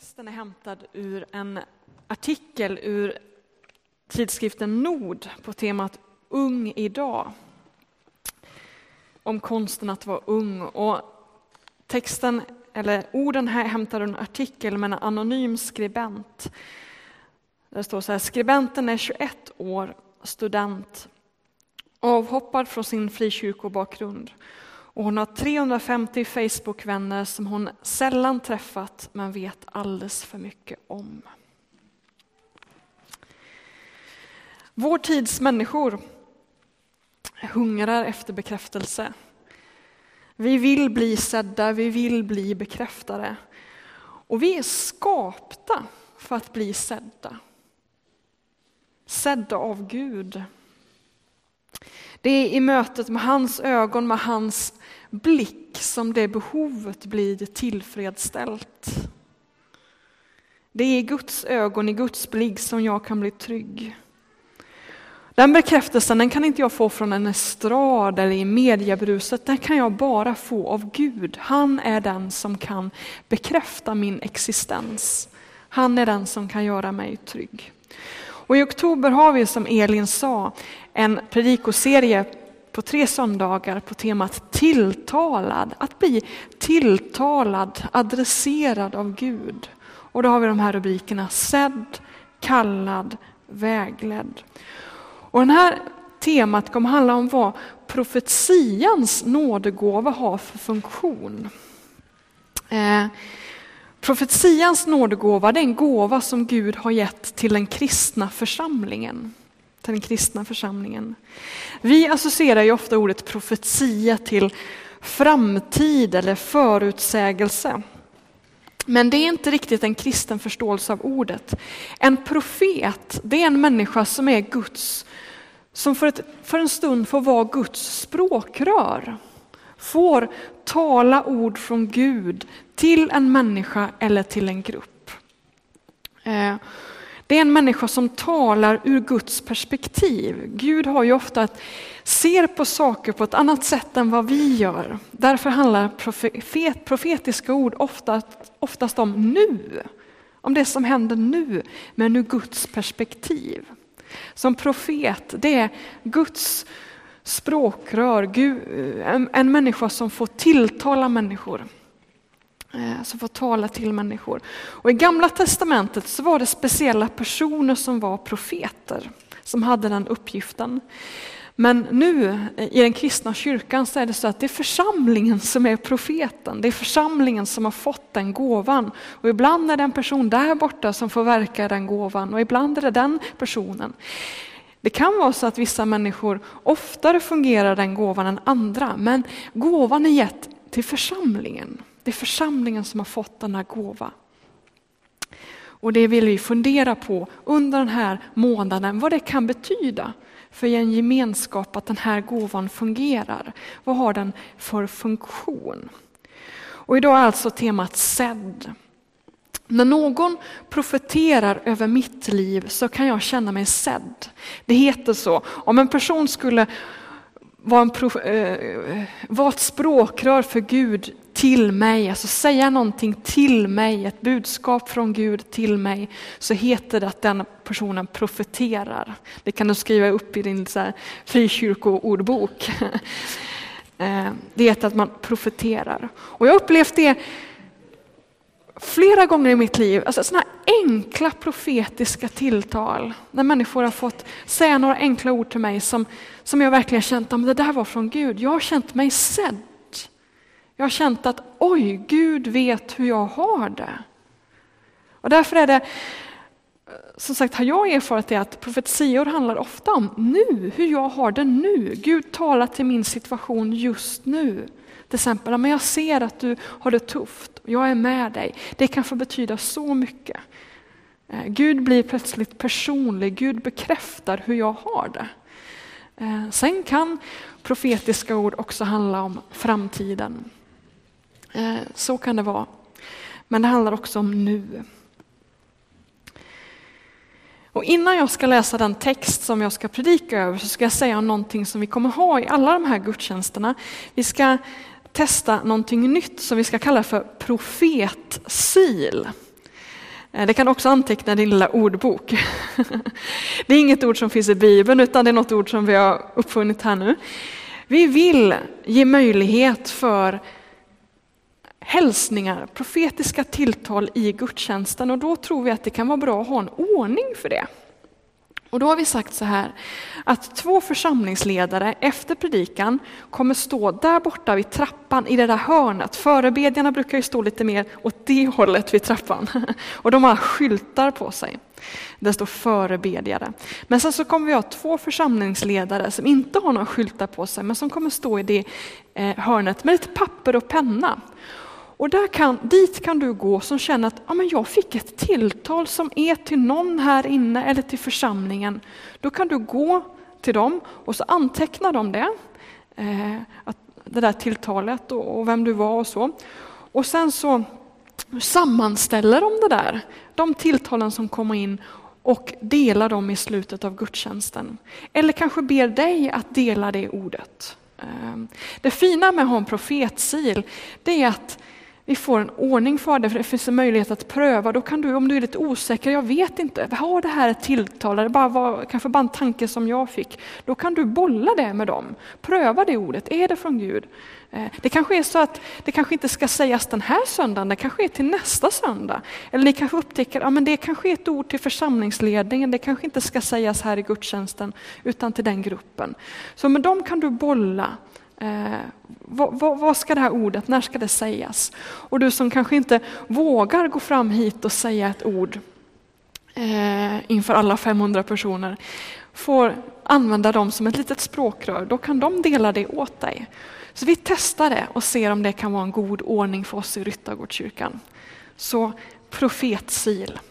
Texten är hämtad ur en artikel ur tidskriften Nord på temat Ung idag. Om konsten att vara ung. Och texten, eller orden här hämtar en artikel med en anonym skribent. Det står så här: skribenten är 21 år, student, avhoppad från sin frikyrkobakgrund. Och hon har 350 Facebook-vänner som hon sällan träffat men vet alldeles för mycket om. Vår tids människor hungrar efter bekräftelse. Vi vill bli sedda, vi vill bli bekräftade. Och vi är skapta för att bli sedda. Sedda av Gud. Det är i mötet med hans ögon, med hans blick som det behovet blir tillfredsställt. Det är i Guds ögon, i Guds blick som jag kan bli trygg. Den bekräftelsen den kan inte jag få från en estrad eller i mediebruset. Den kan jag bara få av Gud. Han är den som kan bekräfta min existens. Han är den som kan göra mig trygg. Och i oktober har vi, som Elin sa, en predikoserie på 3 söndagar på temat tilltalad. Att bli tilltalad, adresserad av Gud. Och då har vi de här rubrikerna: sedd, kallad, vägledd. Och den här temat kommer handla om vad profetians nådegåva har för funktion. Profetians nådegåva, det är en gåva som Gud har gett till den kristna församlingen. Till den kristna församlingen. Vi associerar ju ofta ordet profetia till framtid eller förutsägelse. Men det är inte riktigt en kristen förståelse av ordet. En profet, det är en människa som är Guds, som för en stund får vara Guds språkrör. Får tala ord från Gud till en människa eller till en grupp. Det är en människa som talar ur Guds perspektiv. Gud har ju ofta ser på saker på ett annat sätt än vad vi gör. Därför handlar profetiska ord oftast om nu. Om det som händer nu, men ur Guds perspektiv. Som profet, det är Guds språkrör. En människa som får tilltala människor. Som får tala till människor. Och i Gamla testamentet så var det speciella personer som var profeter. Som hade den uppgiften. Men nu i den kristna kyrkan så är det så att det är församlingen som är profeten. Det är församlingen som har fått den gåvan. Och ibland är det en person där borta som får verka den gåvan. Och ibland är det den personen. Det kan vara så att vissa människor oftare fungerar den gåvan än andra. Men gåvan är gett till församlingen. Det är församlingen som har fått den här gåvan. Och det vill vi fundera på under den här månaden. Vad det kan betyda för en gemenskap att den här gåvan fungerar. Vad har den för funktion? Och idag är alltså temat sedd. När någon profeterar över mitt liv så kan jag känna mig sedd. Det heter så. Om en person skulle vara ett språkrör för Gud till mig, alltså säga någonting till mig, ett budskap från Gud till mig, så heter det att den personen profeterar. Det kan du skriva upp i din så här frikyrkoordbok. Det heter att man profeterar. Och jag har upplevt det flera gånger i mitt liv, alltså sådana här enkla profetiska tilltal, när människor har fått säga några enkla ord till mig som jag verkligen känt att det där var från Gud. Jag har känt mig sedd. Jag har känt att oj, Gud vet hur jag har det. Och därför är det, som sagt, har jag erfarit det att profetior handlar ofta om nu, hur jag har det nu. Gud talar till min situation just nu. Till exempel, men jag ser att du har det tufft. Jag är med dig. Det kan få betyda så mycket. Gud blir plötsligt personlig. Gud bekräftar hur jag har det. Sen kan profetiska ord också handla om framtiden. Så kan det vara. Men det handlar också om nu. Och innan jag ska läsa den text som jag ska predika över så ska jag säga om någonting som vi kommer ha i alla de här gudstjänsterna. Vi ska testa någonting nytt som vi ska kalla för profetsil. Det kan också anteckna din lilla ordbok. Det är inget ord som finns i Bibeln, utan det är något ord som vi har uppfunnit här nu. Vi vill ge möjlighet för hälsningar, profetiska tilltal i gudstjänsten, och då tror vi att det kan vara bra att ha en ordning för det. Och då har vi sagt så här, att 2 församlingsledare efter predikan kommer stå där borta vid trappan i det där hörnet. Förebedjarna brukar ju stå lite mer åt det hållet vid trappan. Och de har skyltar på sig. Det står förebedjare. Men sen så kommer vi ha 2 församlingsledare som inte har några skyltar på sig, men som kommer stå i det hörnet med lite papper och penna. Och dit kan du gå som känner att men jag fick ett tilltal som är till någon här inne eller till församlingen. Då kan du gå till dem och så antecknar de det. Det där tilltalet och vem du var och så. Och sen så sammanställer de det där. De tilltalen som kommer in och delar dem i slutet av gudstjänsten. Eller kanske ber dig att dela det ordet. Det fina med att ha en profetsil, det är att vi får en ordning för det finns en möjlighet att pröva. Då kan du, om du är lite osäker, jag vet inte, har det här ett tilltal, det kanske bara en tanke som jag fick. Då kan du bolla det med dem. Pröva det ordet, är det från Gud? Det kanske är så att det kanske inte ska sägas den här söndagen, det kanske är till nästa söndag. Eller ni kanske upptäcker, men det kanske är ett ord till församlingsledningen, det kanske inte ska sägas här i gudstjänsten, utan till den gruppen. Så med dem kan du bolla. Vad ska det här ordet, när ska det sägas? Och du som kanske inte vågar gå fram hit och säga ett ord inför alla 500 personer, får använda dem som ett litet språkrör. Då kan de dela det åt dig. Så vi testar det och ser om det kan vara en god ordning för oss i Ryttargårdskyrkan. Så profetsil.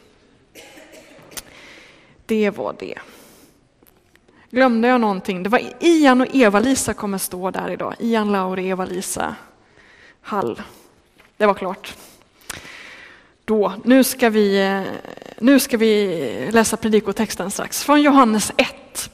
Det var det. Glömde jag någonting? Det var Ian och Eva-Lisa kommer stå där idag. Ian, Laura, Eva-Lisa, Hall. Det var klart. Nu ska vi läsa predikotexten strax. Från Johannes 1.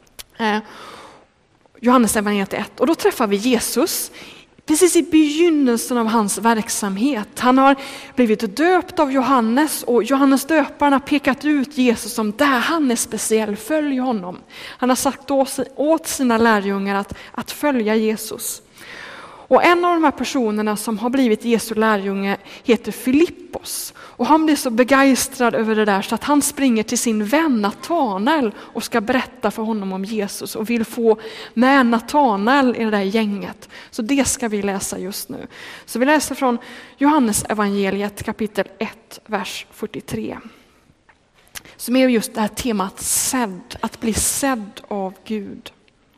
Johannes evangeliet 1. Och då träffar vi Jesus precis i begynnelsen av hans verksamhet. Han har blivit döpt av Johannes, och Johannes döparen har pekat ut Jesus som där han är speciell, följ honom. Han har sagt åt sina lärjungar att följa Jesus. Och en av de här personerna som har blivit Jesu lärjunge heter Filippos. Och han blir så begeistrad över det där så att han springer till sin vän Natanael och ska berätta för honom om Jesus och vill få med Natanael i det där gänget. Så det ska vi läsa just nu. Så vi läser från Johannes evangeliet kapitel 1, vers 43. Som är just det här temat sedd, att bli sedd av Gud.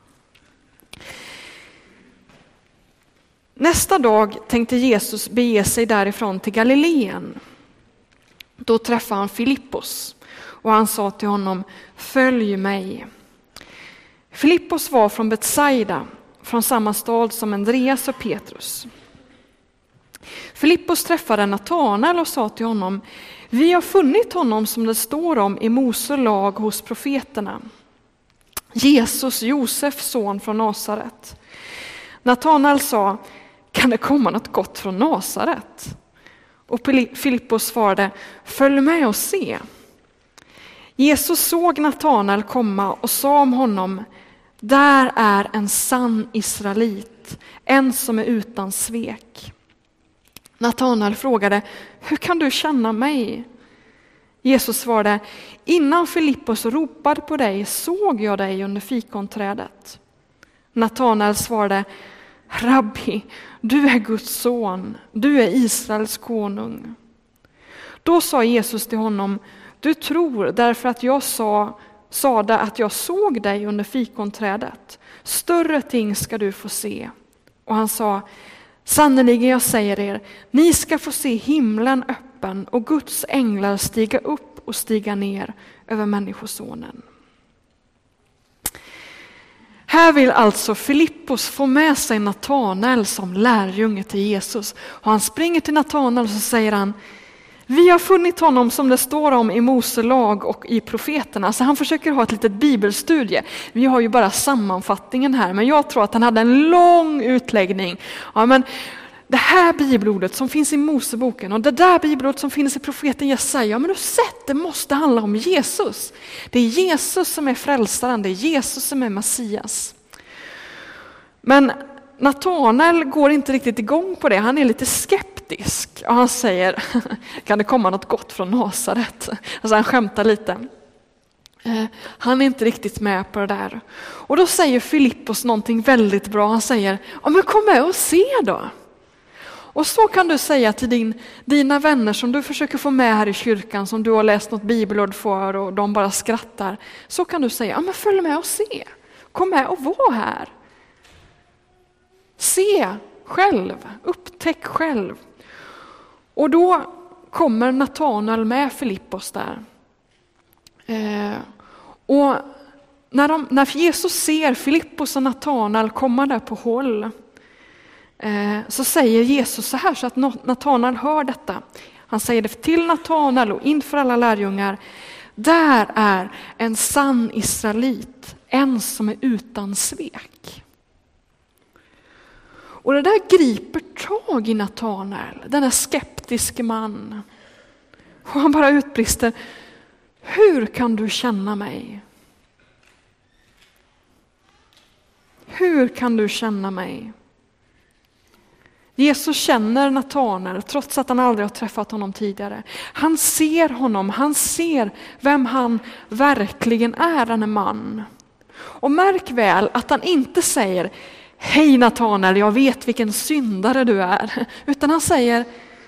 Nästa dag tänkte Jesus bege sig därifrån till Galileen. Då träffade han Filippos och han sa till honom, följ mig. Filippos var från Betsaida, från samma stad som Andreas och Petrus. Filippos träffade Natanael och sa till honom, vi har funnit honom som det står om i Mose lag hos profeterna. Jesus, Josefs son från Nasaret. Natanael sa, kan det komma något gott från Nasaret? Och Filippos svarade, följ med och se. Jesus såg Natanael komma och sa om honom, där är en sann israelit, en som är utan svek. Natanael frågade, hur kan du känna mig? Jesus svarade, innan Filippos ropade på dig såg jag dig under fikonträdet. Natanael svarade, Rabbi, du är Guds son, du är Israels konung. Då sa Jesus till honom, du tror därför att jag sade att jag såg dig under fikonträdet. Större ting ska du få se. Och han sa, sannoliken jag säger er, ni ska få se himlen öppen och Guds änglar stiga upp och stiga ner över människosonen. Här vill alltså Filippos få med sig Natanael som lärjunge till Jesus. Och han springer till Natanael och så säger han, vi har funnit honom som det står om i Mose lag och i profeterna. Så han försöker ha ett litet bibelstudie. Vi har ju bara sammanfattningen här, men jag tror att han hade en lång utläggning. Ja, men det här bibelordet som finns i Moseboken och det där bibelordet som finns i profeten Jesaja, men du sett, det måste handla om Jesus. Det är Jesus som är frälsaren, det är Jesus som är Messias. Men Natanael går inte riktigt igång på det, han är lite skeptisk och han säger, kan det komma något gott från Nasaret? Alltså han skämtar lite. Han är inte riktigt med på det där. Och då säger Filippos någonting väldigt bra, han säger, ja men kom med och se då. Och så kan du säga till dina vänner som du försöker få med här i kyrkan, som du har läst något bibelord för och de bara skrattar. Så kan du säga, ja men följ med och se. Kom med och var här. Se själv, upptäck själv. Och då kommer Natanael med Filippos där. Och när Jesus ser Filippos och Natanael komma där på håll, så säger Jesus så här så att Natanael hör detta. Han säger det till Natanael och inför alla lärjungar. Där är en sann israelit, en som är utan svek. Och det där griper tag i Natanael, den här skeptiske man. Och han bara utbrister, hur kan du känna mig? Hur kan du känna mig? Jesus känner Natanael trots att han aldrig har träffat honom tidigare. Han ser honom, han ser vem han verkligen är, den man. Och märk väl att han inte säger, hej Natanael, jag vet vilken syndare du är. Utan han säger,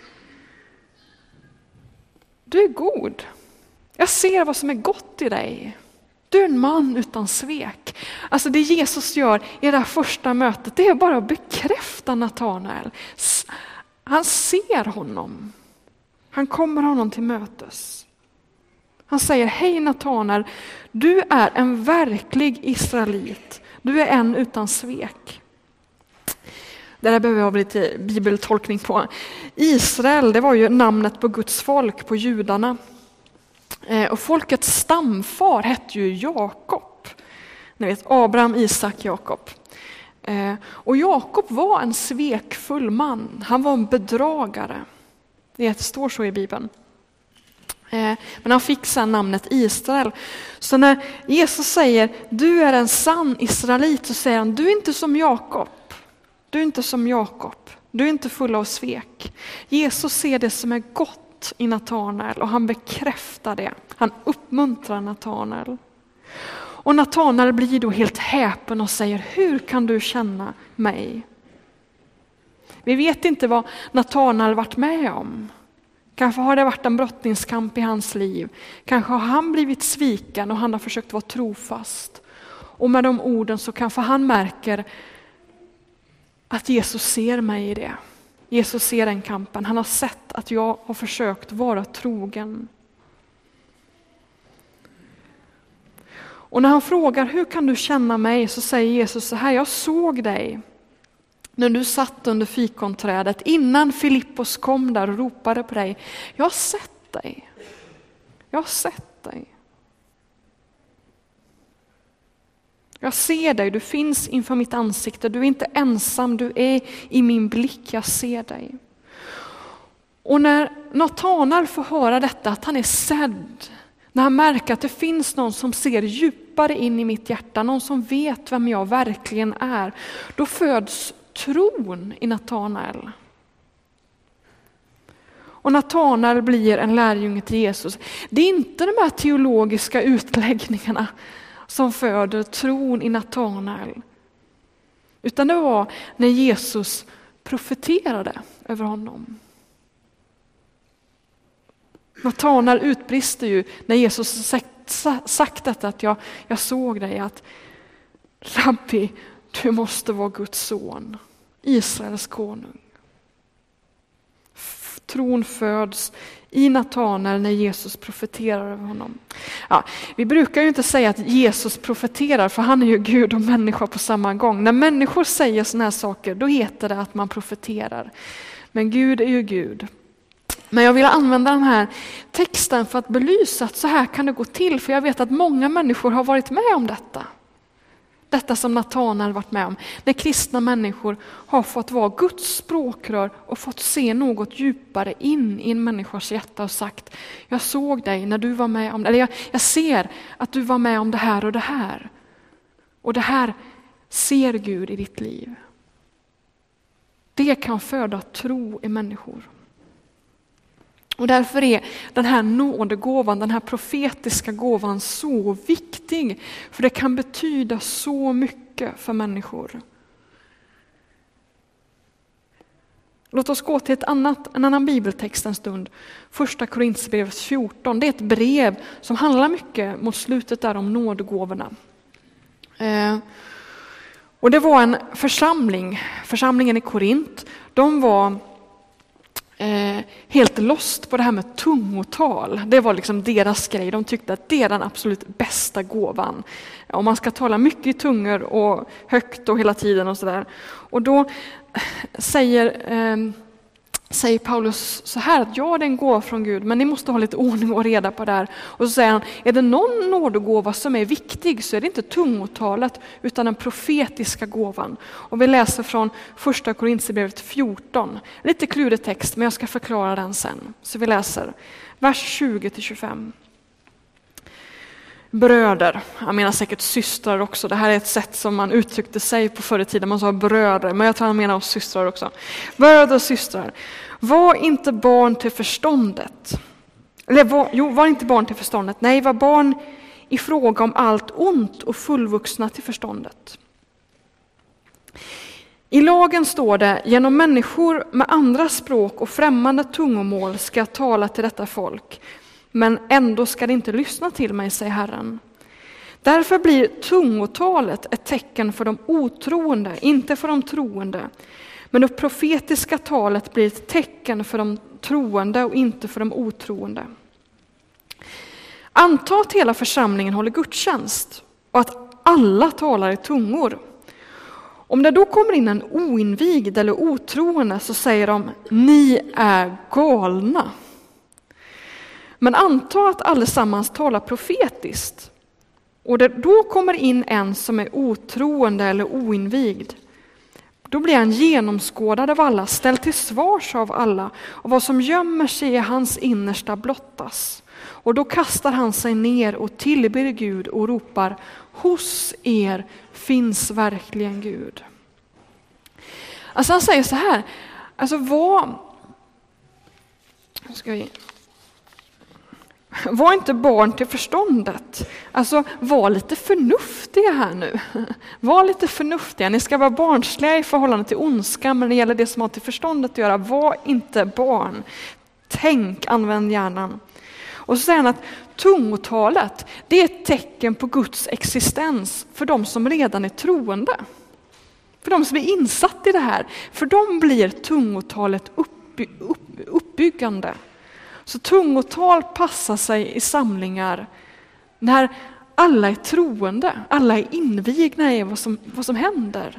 du är god. Jag ser vad som är gott i dig. Du är en man utan svek. Alltså det Jesus gör i det här första mötet, det är bara att bekräfta Natanael. Han ser honom. Han kommer honom till mötes. Han säger, hej Natanael, du är en verklig israelit. Du är en utan svek. Det där behöver jag ha lite bibeltolkning på. Israel, det var ju namnet på Guds folk, på judarna. Och folkets stamfar hette ju Jakob. Ni vet, Abraham, Isak, Jakob. Och Jakob var en svekfull man. Han var en bedragare. Det står så i Bibeln. Men han fick sedan namnet Israel. Så när Jesus säger, du är en sann israelit, så säger han, du är inte som Jakob. Du är inte som Jakob. Du är inte full av svek. Jesus ser det som är gott i Natanael och han bekräftar det. Han uppmuntrar Natanael. Och Natanael blir då helt häpen och säger, hur kan du känna mig? Vi vet inte vad Natanael varit med om. Kanske har det varit en brottningskamp i hans liv. Kanske har han blivit sviken och han har försökt vara trofast. Och med de orden så kanske han märker att Jesus ser mig i det. Jesus ser den kampen. Han har sett att jag har försökt vara trogen. Och när han frågar, hur kan du känna mig? Så säger Jesus så här, jag såg dig när du satt under fikonträdet, innan Filippos kom där och ropade på dig. Jag har sett dig. Jag har sett dig. Jag ser dig, du finns inför mitt ansikte. Du är inte ensam, du är i min blick, jag ser dig. Och när Natanael får höra detta, att han är sedd, när han märker att det finns någon som ser djupare in i mitt hjärta, någon som vet vem jag verkligen är, då föds tron i Natanael. Och Natanael blir en lärjunge till Jesus. Det är inte de här teologiska utläggningarna som föder tron i Natanael. Utan det var när Jesus profeterade över honom. Natanael utbrister ju när Jesus sagt detta, att jag såg dig, att Rabbi, du måste vara Guds son, Israels konung. Tron föds i Natanael när Jesus profeterar över honom. Ja, vi brukar ju inte säga att Jesus profeterar, för han är ju Gud och människa på samma gång. När människor säger såna här saker, då heter det att man profeterar. Men Gud är ju Gud. Men jag vill använda den här texten för att belysa att så här kan det gå till. För jag vet att många människor har varit med om detta. Detta som Natanael varit med om. När kristna människor har fått vara Guds språkrör och fått se något djupare in i en människas hjärta och sagt, jag såg dig när du var med om det. Eller jag ser att du var med om det här och det här. Och det här ser Gud i ditt liv. Det kan föda tro i människor. Och därför är den här nådegåvan, den här profetiska gåvan så viktig. För det kan betyda så mycket för människor. Låt oss gå till en annan bibeltext en stund. Första Korinthierbrevet 14. Det är ett brev som handlar mycket mot slutet där om nådegåvorna. Och det var en församlingen i Korint. De var helt lost på det här med tungotal. Det var liksom deras grej. De tyckte att det är den absolut bästa gåvan. Om man ska tala mycket i tungor och högt och hela tiden och sådär. Och då säger Paulus så här att ja, det är en gåva från Gud, men ni måste ha lite ordning och reda på det här. Och så säger han, är det någon nådegåva som är viktig så är det inte tungotalet utan den profetiska gåvan. Och vi läser från första Korinthierbrevet 14. Lite klurig text, men jag ska förklara den sen. Så vi läser vers 20-25. Bröder, jag menar säkert systrar också. Det här är ett sätt som man uttryckte sig på förr i tiden. Man sa bröder, men jag tror han menar oss systrar också. Bröder och systrar, var inte barn till förståndet. Var inte barn till förståndet. Nej, var barn i fråga om allt ont och fullvuxna till förståndet. I lagen står det, genom människor med andra språk och främmande tungomål ska jag tala till detta folk. Men ändå ska det inte lyssna till mig, säger Herren. Därför blir tungotalet ett tecken för de otroende, inte för de troende. Men det profetiska talet blir ett tecken för de troende och inte för de otroende. Anta att hela församlingen håller gudstjänst och att alla talar i tungor. Om det då kommer in en oinvigd eller otroende så säger de, ni är galna. Men anta att allesammans talar profetiskt och det då kommer in en som är otroende eller oinvigd. Då blir han genomskådad av alla, ställd till svars av alla och vad som gömmer sig i hans innersta blottas. Och då kastar han sig ner och tillber Gud och ropar, hos er finns verkligen Gud. Alltså han säger så här, alltså var inte barn till förståndet. Alltså var lite förnuftiga här nu. Var lite förnuftiga. Ni ska vara barnsliga i förhållande till ondska, men när det gäller det som har till förståndet att göra, var inte barn. Tänk, använd hjärnan. Och så säger han att tungotalet, det är ett tecken på Guds existens för de som redan är troende. För de som är insatt i det här. För de blir tungotalet uppbyggande. Så tungotal passar sig i samlingar när alla är troende, alla är invigna i vad som händer.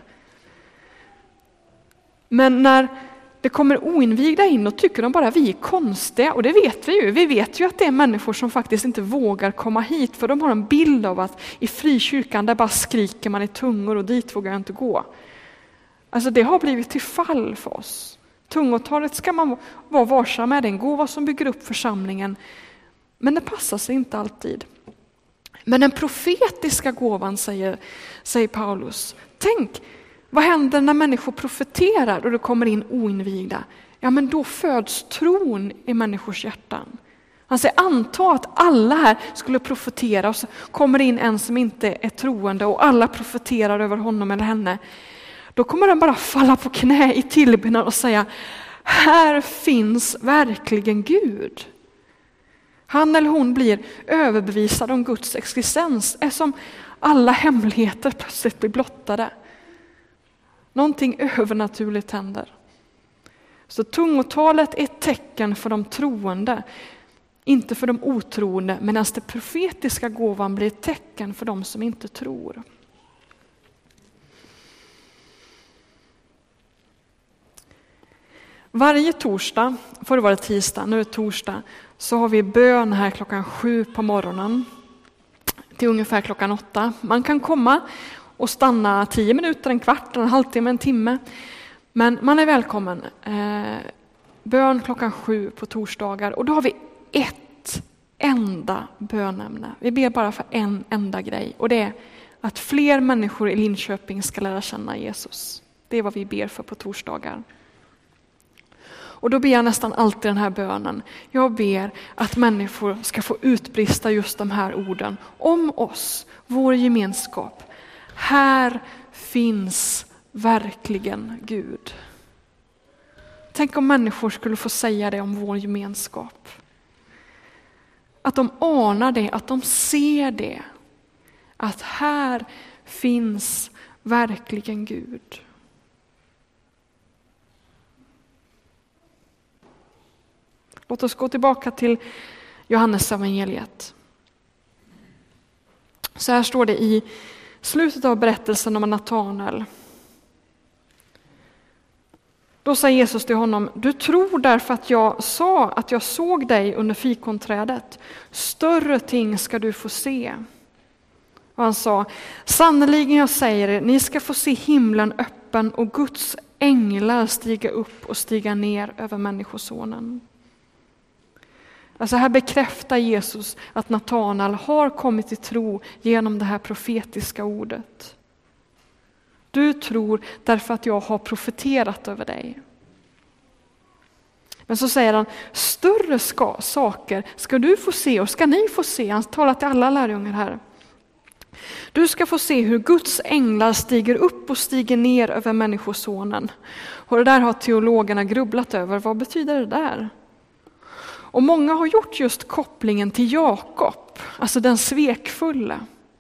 Men när det kommer oinvigda in och tycker de bara vi är konstiga, och det vet vi ju. Vi vet ju att det är människor som faktiskt inte vågar komma hit för de har en bild av att i frikyrkan där bara skriker man i tungor och dit vågar jag inte gå. Alltså det har blivit till fall för oss. Tungotalet ska man vara varsam med, en gåva som bygger upp församlingen. Men det passar sig inte alltid. Men den profetiska gåvan, säger Paulus. Tänk, vad händer när människor profeterar och det kommer in oinvigda? Ja, men då föds tron i människors hjärtan. Han säger, anta att alla här skulle profetera och så kommer in en som inte är troende och alla profeterar över honom eller henne. Då kommer den bara falla på knä i tillbedjan och säga, här finns verkligen Gud. Han eller hon blir överbevisad om Guds existens eftersom alla hemligheter plötsligt blir blottade. Någonting övernaturligt händer. Så tungotalet är ett tecken för de troende, inte för de otroende, medan den profetiska gåvan blir ett tecken för de som inte tror. Varje torsdag, förr var det tisdag, nu är det torsdag, så har vi bön här 7:00 på morgonen till ungefär 8:00. Man kan komma och stanna 10 minuter, en kvart, en halvtimme, en timme. Men man är välkommen. Bön 7:00 på torsdagar. Och då har vi ett enda bönämne. Vi ber bara för en enda grej. Och det är att fler människor i Linköping ska lära känna Jesus. Det är vad vi ber för på torsdagar. Och då ber jag nästan alltid den här bönen. Jag ber att människor ska få utbrista just de här orden om oss, vår gemenskap. Här finns verkligen Gud. Tänk om människor skulle få säga det om vår gemenskap. Att de anar det, att de ser det. Att här finns verkligen Gud. Låt oss gå tillbaka till Johannes evangeliet. Så här står det i slutet av berättelsen om Natanael. Då sa Jesus till honom: du tror därför att jag sa att jag såg dig under fikonträdet. Större ting ska du få se. Och han sa: sannoliken jag säger er, ni ska få se himlen öppen och Guds änglar stiga upp och stiga ner över människosonen. Alltså här bekräftar Jesus att Natanael har kommit till tro genom det här profetiska ordet. Du tror därför att jag har profeterat över dig. Men så säger han: större saker ska du få se och ska ni få se. Han talar till alla lärjungar här. Du ska få se hur Guds änglar stiger upp och stiger ner över människosonen. Och det där har teologerna grubblat över. Vad betyder det där? Och många har gjort just kopplingen till Jakob, alltså den svekfulla,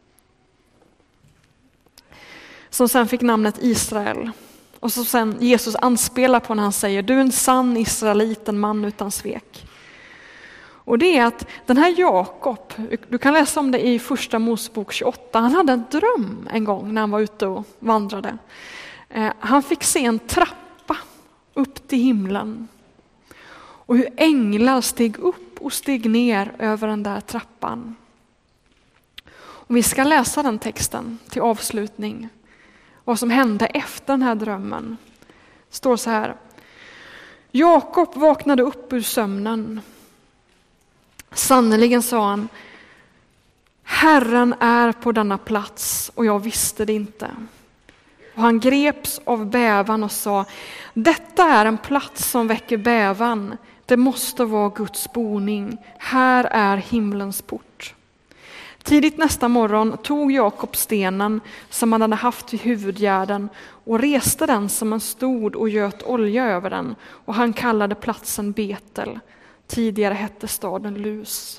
som sen fick namnet Israel. Och så sen Jesus anspelar på när han säger: du är en sann israelit, en man utan svek. Och det är att den här Jakob, du kan läsa om det i första Mosebok 28, han hade en dröm en gång när han var ute och vandrade. Han fick se en trappa upp till himlen. Och hur änglar steg upp och steg ner över den där trappan. Och vi ska läsa den texten till avslutning. Vad som hände efter den här drömmen. Det står så här: Jakob vaknade upp ur sömnen. Sannoliken, sa han, Herren är på denna plats och jag visste det inte. Och han greps av bävan och sa: detta är en plats som väcker bävan. Det måste vara Guds boning. Här är himlens port. Tidigt nästa morgon tog Jakob stenen som han hade haft vid huvudgärden och reste den som en stod och göt olja över den. Och han kallade platsen Betel. Tidigare hette staden Lus.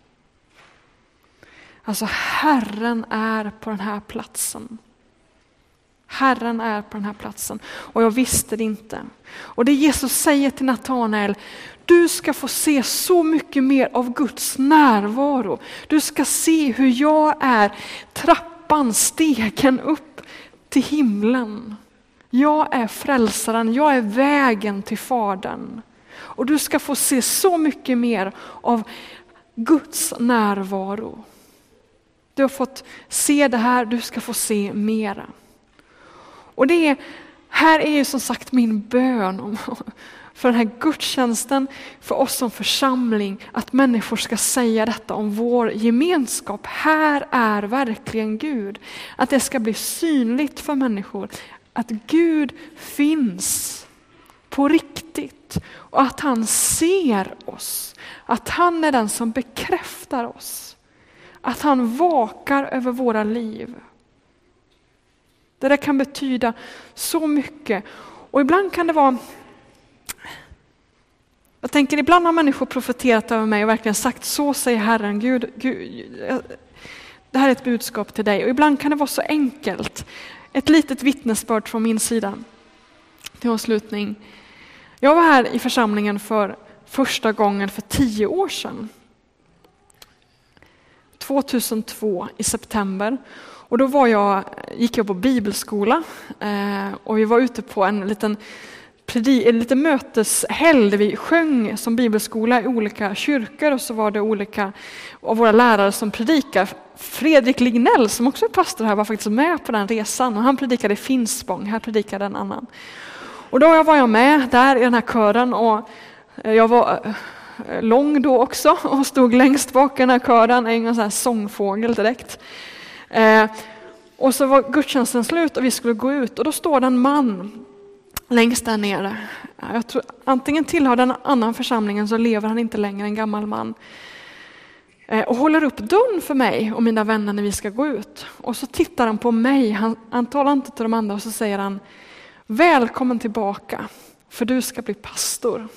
Alltså Herren är på den här platsen. Herren är på den här platsen och jag visste det inte. Och det Jesus säger till Natanael: du ska få se så mycket mer av Guds närvaro. Du ska se hur jag är trappan, stegen upp till himlen. Jag är frälsaren, jag är vägen till Fadern. Och du ska få se så mycket mer av Guds närvaro. Du har fått se det här, du ska få se mera. Och det här är ju som sagt min bön för den här gudstjänsten, för oss som församling, att människor ska säga detta om vår gemenskap. Här är verkligen Gud. Att det ska bli synligt för människor att Gud finns på riktigt och att han ser oss. Att han är den som bekräftar oss. Att han vakar över våra liv. Det där kan betyda så mycket. Och ibland kan det vara... Jag tänker, ibland har människor profeterat över mig och verkligen sagt: så säger Herren, Gud, det här är ett budskap till dig. Och ibland kan det vara så enkelt. Ett litet vittnesbörd från min sida till avslutning. Jag var här i församlingen för första gången för 10 år sedan. 2002 i september. Och då gick jag på bibelskola och vi var ute på en liten lite möteshelg där vi sjöng som bibelskola i olika kyrkor, och så var det olika av våra lärare som predikar. Fredrik Lignell som också är pastor här var faktiskt med på den resan, och han predikade i Finspång, här predikade en annan. Och då var jag med där i den här kören, och jag var lång då också och stod längst bak i den här kören, en sån här sångfågel direkt. Och så var gudstjänsten slut och vi skulle gå ut, och då står det en man längst där nere. Jag tror antingen tillhör den annan församlingen, så lever han inte längre, en gammal man. Och håller upp dörren för mig och mina vänner när vi ska gå ut. Och så tittar han på mig, han talar inte till de andra, och så säger han: välkommen tillbaka, för du ska bli pastor.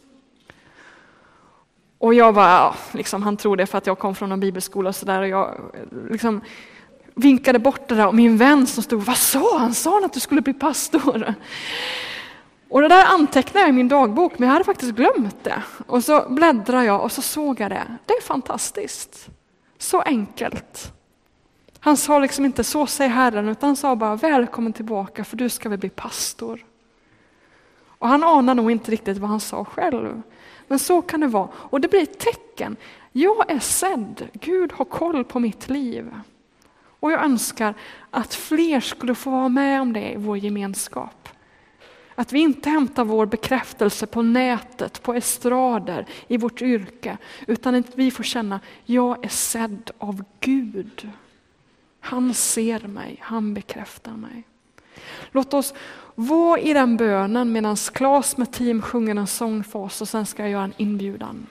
Och jag var, han tror det för att jag kom från en bibelskola och sådär, och jag vinkade bort det där, och min vän som stod: vad sa han? Sa han att du skulle bli pastor? Och det där antecknade jag i min dagbok, men jag hade faktiskt glömt det. Och så bläddrade jag och så såg jag det. Det är fantastiskt. Så enkelt. Han sa inte så säger Herren, utan han sa bara: välkommen tillbaka, för du ska väl bli pastor. Och han anar nog inte riktigt vad han sa själv. Men så kan det vara. Och det blir ett tecken. Jag är sedd. Gud har koll på mitt liv. Och jag önskar att fler skulle få vara med om det i vår gemenskap. Att vi inte hämtar vår bekräftelse på nätet, på estrader, i vårt yrke. Utan att vi får känna: jag är sedd av Gud. Han ser mig, han bekräftar mig. Låt oss vara i den bönen medan Claes med team sjunger en sång för oss, och sen ska jag göra en inbjudan.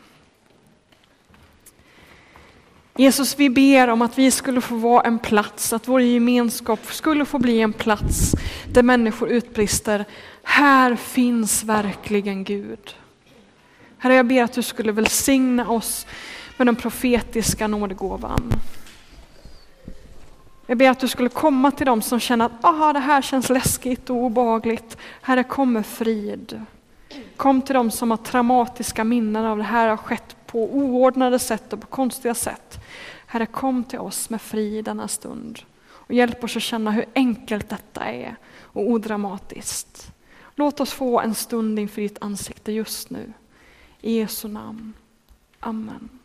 Jesus, vi ber om att vi skulle få vara en plats, att vår gemenskap skulle få bli en plats där människor utbrister: här finns verkligen Gud. Herre, jag ber att du skulle välsigna oss med den profetiska nådegåvan. Jag ber att du skulle komma till dem som känner att det här känns läskigt och obehagligt. Herre, kom med frid. Kom till dem som har traumatiska minnen av det här har skett på oordnade sätt och på konstiga sätt. Herre, kom till oss med frid denna stund. Och hjälp oss att känna hur enkelt detta är och odramatiskt. Låt oss få en stund inför ditt ansikte just nu. I Jesu namn. Amen.